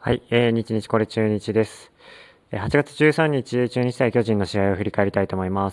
はい、日日これ中日です。8月13日、中日対巨人の試合を振り返りたいと思います。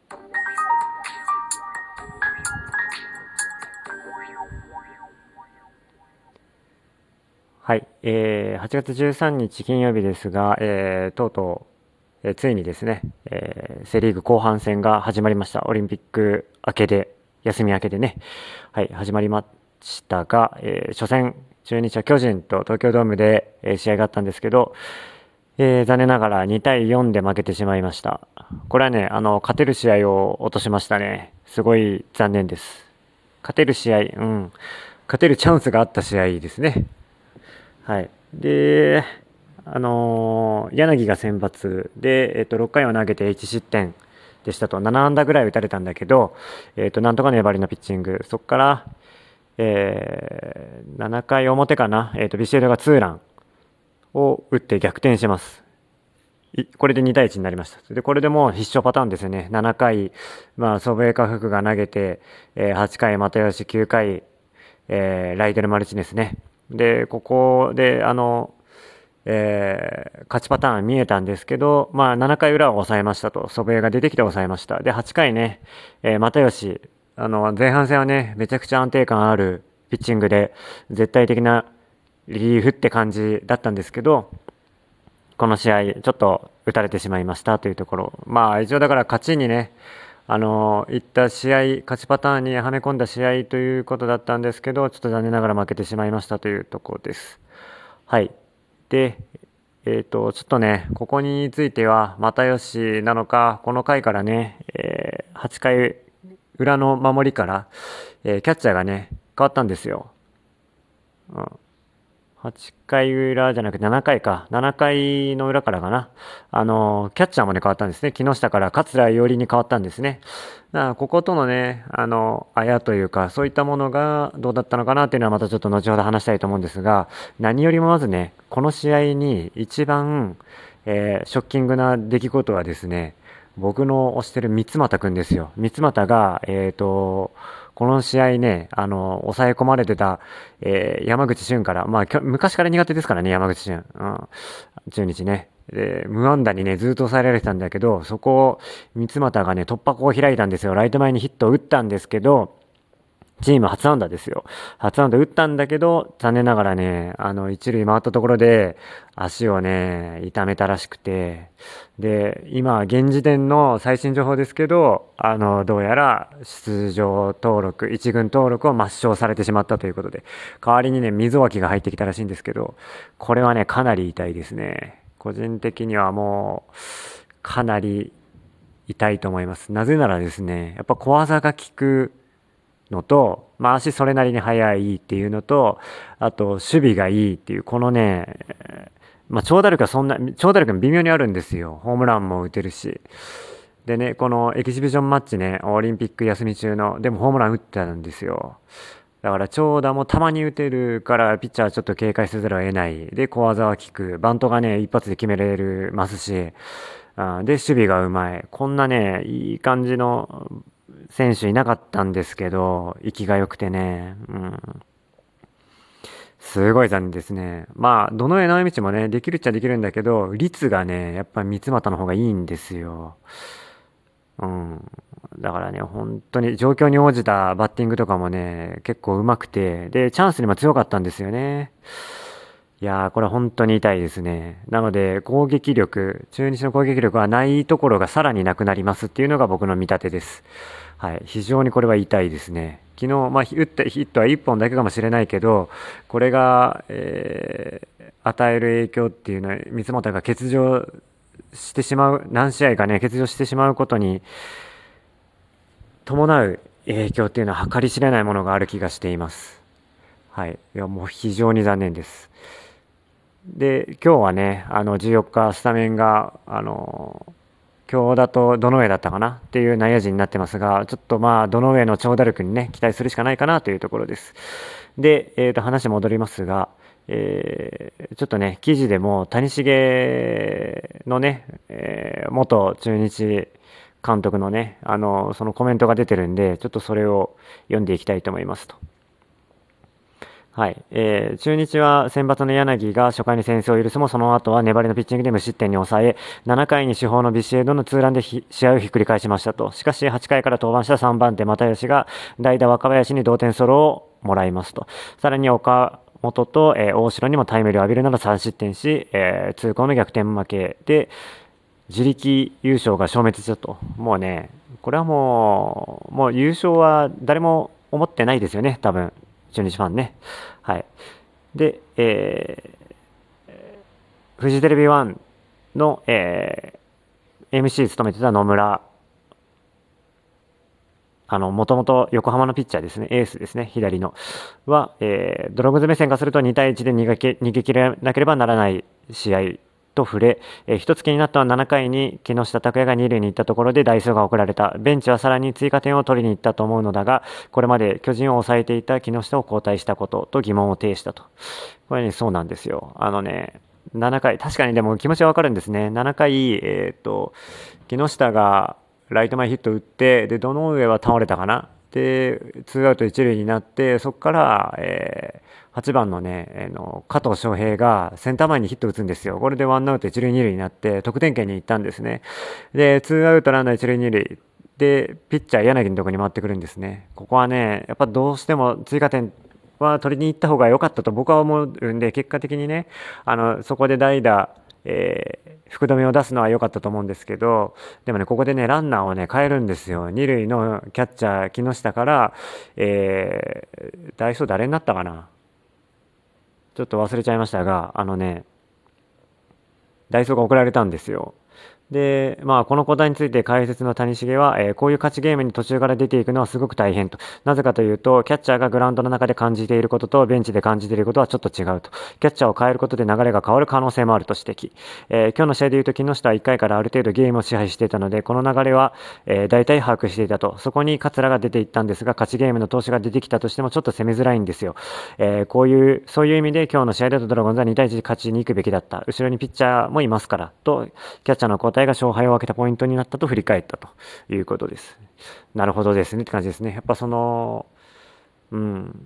はい、8月13日金曜日ですが、とうとう、ついにですね、セリーグ後半戦が始まりました。オリンピック明けで、休み明けでね、はい、始まりましたが、初戦、中日は巨人と東京ドームで、試合があったんですけど、残念ながら2対4で負けてしまいました。これはね、勝てる試合を落としましたね。すごい残念です。勝てる試合、勝てるチャンスがあった試合ですね。はい。で、柳が先発で、6回を投げて1失点でしたと、7安打ぐらい打たれたんだけど、なんとか粘りのピッチング、そこから、7回表かな、ビシエドがツーランを打って逆転します。これで2対1になりました。で、これでもう必勝パターンですよね。7回、祖父江か福が投げて、8回又吉、9回、ライデル・マルチネスね。で、ここで、勝ちパターン見えたんですけど、7回裏を抑えましたと。祖父江が出てきて抑えました。で、8回ね、又吉、前半戦はね、めちゃくちゃ安定感あるピッチングで、絶対的なリリーフって感じだったんですけど、この試合、ちょっと打たれてしまいましたというところ。一応だから勝ちにね、いった試合、勝ちパターンにはめ込んだ試合ということだったんですけど、ちょっと残念ながら負けてしまいましたというところです。はい。で、ちょっとね、ここについては、又吉なのか、この回からね、8回裏の守りから、キャッチャーがね、変わったんですよ。うん、8回裏じゃなくて7回か。7回の裏からかな。キャッチャーもね、変わったんですね。木下から桂伊織に変わったんですね。だからこことのね、あやというか、そういったものがどうだったのかなっていうのはまたちょっと後ほど話したいと思うんですが、何よりもまずね、この試合に一番、ショッキングな出来事はですね、僕の推してる三俣くんですよ。三俣が、この試合ね、抑え込まれてた、山口俊から、昔から苦手ですからね、山口俊。中日ね。で、無安打にね、ずっと抑えられてたんだけど、そこを三俣がね、突破口を開いたんですよ。ライト前にヒットを打ったんですけど、チーム初安打ですよ。初安打打ったんだけど、残念ながらね、一塁回ったところで、足をね、痛めたらしくて、で、今、現時点の最新情報ですけど、どうやら出場登録、一軍登録を抹消されてしまったということで、代わりにね、溝脇が入ってきたらしいんですけど、これはね、かなり痛いですね。個人的にはもう、かなり痛いと思います。なぜならですね、やっぱ小技が効くのと、足それなりに速いっていうのと、あと守備がいいっていう、このね、長打力は長打力も微妙にあるんですよ。ホームランも打てるし。でね、このエキシビジョンマッチね、オリンピック休み中の、でもホームラン打ってたんですよ。だから長打もたまに打てるから、ピッチャーはちょっと警戒せざるを得ない。で、小技は効く。バントがね、一発で決めれますし、で、守備がうまい。こんなね、いい感じの選手いなかったんですけど、息が良くてね、すごい残念ですね。どの上直道もね、できるっちゃできるんだけど、率がね、やっぱ三俣の方がいいんですよ。うん。だからね、本当に状況に応じたバッティングとかもね、結構上手くて、で、チャンスにも強かったんですよね。いやー、これ本当に痛いですね。なので、中日の攻撃力はないところがさらになくなりますっていうのが僕の見立てです。はい。非常にこれは痛いですね。昨日、打ったヒットは1本だけかもしれないけど、これが、与える影響っていうのは、三本が欠場してしまう、何試合かね、欠場してしまうことに伴う影響っていうのは計り知れないものがある気がしています。はい。いや、もう非常に残念です。で、今日はね、14日スタメンが、今日だとどの上だったかなっていう内野陣になってますが、ちょっとどの上の長打力にね、期待するしかないかなというところです。で、話戻りますが、ちょっとね、記事でも谷繁のね、元中日監督のね、そのコメントが出てるんで、ちょっとそれを読んでいきたいと思いますと。 はい。中日は先発の柳が初回に先制を許すも、その後は粘りのピッチングで無失点に抑え、7回に主砲のビシエドのツーランで試合をひっくり返しましたと。しかし、8回から登板した3番手又吉が代打若林に同点ソロをもらいますと。さらに岡本と、大城にもタイムリーを浴びるなど3失点し、痛恨の逆転負けで、自力優勝が消滅したと。もうね、これはもう優勝は誰も思ってないですよね、多分。中日ファンね。はい。で、フジテレビ1の、MC 務めてた野村、もともと横浜のピッチャーですね、エースですね、左の、は、ドラゴンズ目線からすると2対1で逃げ切れなければならない試合と触れ、一つ気になったのは7回に木下拓哉が2塁に行ったところで代走が送られた。ベンチはさらに追加点を取りに行ったと思うのだが、これまで巨人を抑えていた木下を交代したことと疑問を呈したと。これね、そうなんですよ。7回、確かにでも気持ちはわかるんですね。7回、木下がライト前ヒット打って、で、堂上は倒れたかな。で、ツーアウト一塁になって、そこから、8番のね、加藤翔平がセンター前にヒット打つんですよ。これでワンアウト一塁二塁になって、得点圏に行ったんですね。で、ツーアウトランナー一塁二塁。で、ピッチャー柳のところに回ってくるんですね。ここはね、やっぱどうしても追加点は取りに行った方が良かったと僕は思うんで、結果的にね、そこで代打、福留を出すのは良かったと思うんですけど、でもね、ここでね、ランナーをね、変えるんですよ。二塁のキャッチャー、木下から、代走誰になったかな、ちょっと忘れちゃいましたが、代走が送られたんですよ。で、まあ、この答えについて解説の谷繁は、こういう勝ちゲームに途中から出ていくのはすごく大変と。なぜかというと、キャッチャーがグラウンドの中で感じていることと、ベンチで感じていることはちょっと違うと。キャッチャーを変えることで流れが変わる可能性もあると指摘。今日の試合でいうと、木下は1回からある程度ゲームを支配していたので、この流れは、大体把握していたと。そこに桂が出ていったんですが、勝ちゲームの投手が出てきたとしてもちょっと攻めづらいんですよ。そういう意味で今日の試合だとドラゴンズは2対1で勝ちに行くべきだった。後ろにピッチャーもいますから、と、キャッチャーの交代が勝敗を分けたポイントになったと振り返ったということです。なるほどですねって感じですね。やっぱうん。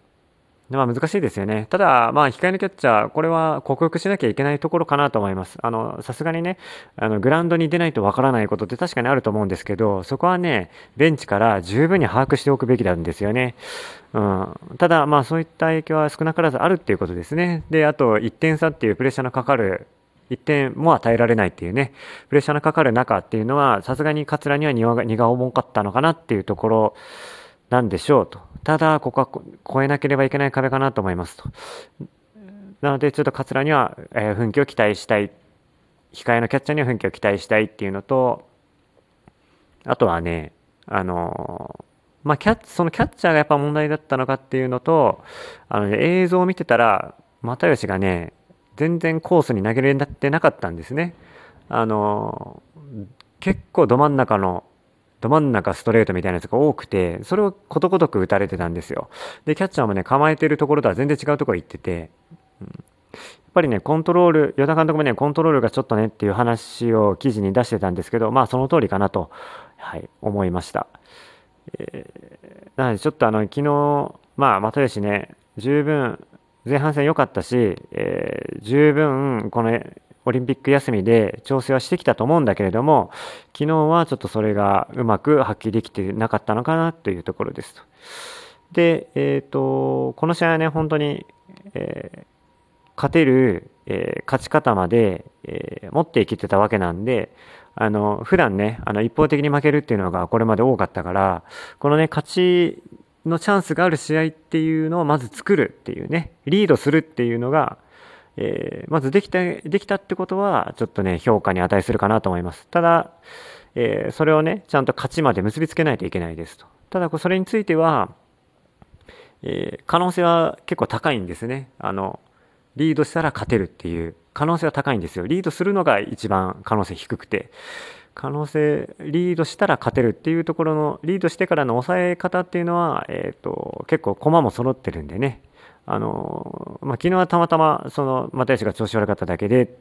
まあ難しいですよね。ただ、まあ控えのキャッチャー、これは克服しなきゃいけないところかなと思います。さすがにね、グラウンドに出ないとわからないことって確かにあると思うんですけど、そこはね、ベンチから十分に把握しておくべきなんですよね。うん。ただ、まあそういった影響は少なからずあるっていうことですね。で、あと1点差っていうプレッシャーのかかる1点も与えられないっていうね、プレッシャーのかかる中っていうのは、さすがに桂には荷が重かったのかなっていうところなんでしょうと。ただ、ここは越えなければいけない壁かなと思いますと。なので、ちょっと桂には、奮起を期待したい。控えのキャッチャーには奮起を期待したいっていうのと、あとはね、まあ、そのキャッチャーがやっぱ問題だったのかっていうのと、映像を見てたら、又吉がね、全然コースに投げれてなかったんですね。あの、結構ど真ん中ストレートみたいなやつが多くて、それをことごとく打たれてたんですよ。で、キャッチャーもね、構えてるところとは全然違うところ行ってて、やっぱりね、コントロール、与田監督もね、コントロールがちょっとねっていう話を記事に出してたんですけど、まあその通りかなと、はい、思いました。なのでちょっと昨日、まあ、又吉ね、十分、前半戦良かったし、十分、このオリンピック休みで調整はしてきたと思うんだけれども、昨日はちょっとそれがうまく発揮できてなかったのかなというところですと。で、この試合はね、本当に、勝てる、勝ち方まで、持っていけてたわけなんで、普段ね、一方的に負けるっていうのがこれまで多かったから、このね、勝ちのチャンスがある試合っていうのをまず作るっていうね、リードするっていうのが、まずできたってことは、ちょっとね、評価に値するかなと思います。ただ、それをね、ちゃんと勝ちまで結びつけないといけないですと。ただ、それについては、可能性は結構高いんですね。リードしたら勝てるっていう可能性は高いんですよ。リードするのが一番可能性低くて、リードしたら勝てるっていうところの、リードしてからの抑え方っていうのは、結構駒も揃ってるんでね。まあ、昨日はたまたま、又吉が調子悪かっただけでって、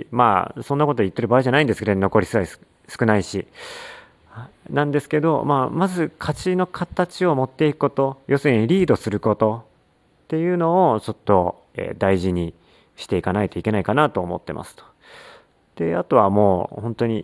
まあ、そんなこと言ってる場合じゃないんですけど、残り少ないし。なんですけど、まあ、まず勝ちの形を持っていくこと、要するにリードすることっっていうのをちょっと、大事にしていかないといけないかなと思ってますと。で、あとはもう本当に、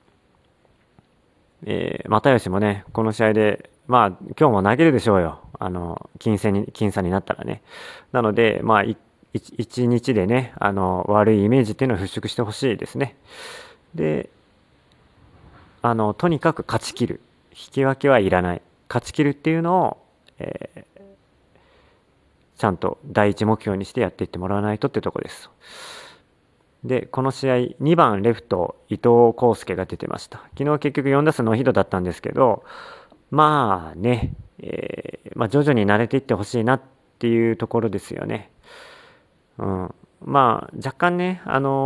又吉もね、この試合で、まあ、今日も投げるでしょうよ。僅差になったらね。なので、まあ、一日でね、悪いイメージっていうのを払拭してほしいですね。で、とにかく勝ち切る。引き分けはいらない。勝ち切るっていうのを、ちゃんと第一目標にしてやっていってもらわないとってとこです。で、この試合、2番レフト、伊藤康介が出てました。昨日結局4打数ノーヒットだったんですけど、まあね、まあ、徐々に慣れていってほしいなっていうところですよね。うん。まあ、若干ね、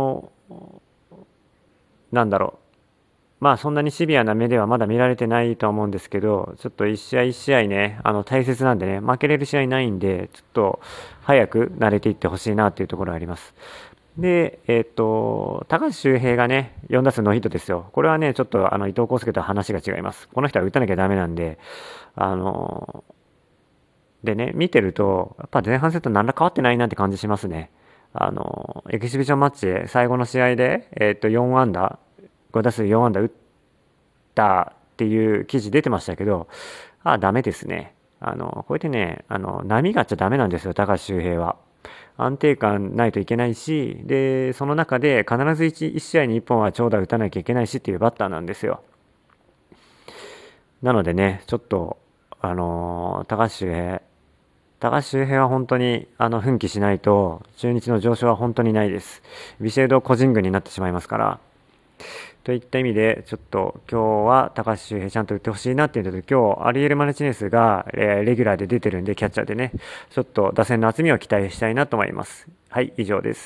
なんだろう。まあ、そんなにシビアな目ではまだ見られてないとは思うんですけど、ちょっと一試合一試合ね、大切なんでね、負けれる試合ないんで、ちょっと早く慣れていってほしいなっていうところがあります。で、高橋周平がね、4打数ノーヒットですよ。これはね、ちょっと伊藤康介とは話が違います。この人は打たなきゃダメなんで、あのでね、見てると、やっぱ前半戦と何ら変わってないなって感じしますね。エキシビションマッチで最後の試合で、4安打、5打数4安打打ったっていう記事出てましたけど、ダメですね。こうやってね、波があっちゃダメなんですよ、高橋周平は。安定感ないといけないし、で、その中で必ず1試合に1本は長打打たなきゃいけないしっていうバッターなんですよ。なのでね、ちょっと、高橋周平は本当に奮起しないと中日の上昇は本当にないです。ビシエド個人軍になってしまいますから。といった意味で、ちょっと今日は高橋周平ちゃんと打ってほしいなっていうので、今日アリエル・マルチネスが、レギュラーで出てるんで、キャッチャーでね、ちょっと打線の厚みを期待したいなと思います。はい、以上です。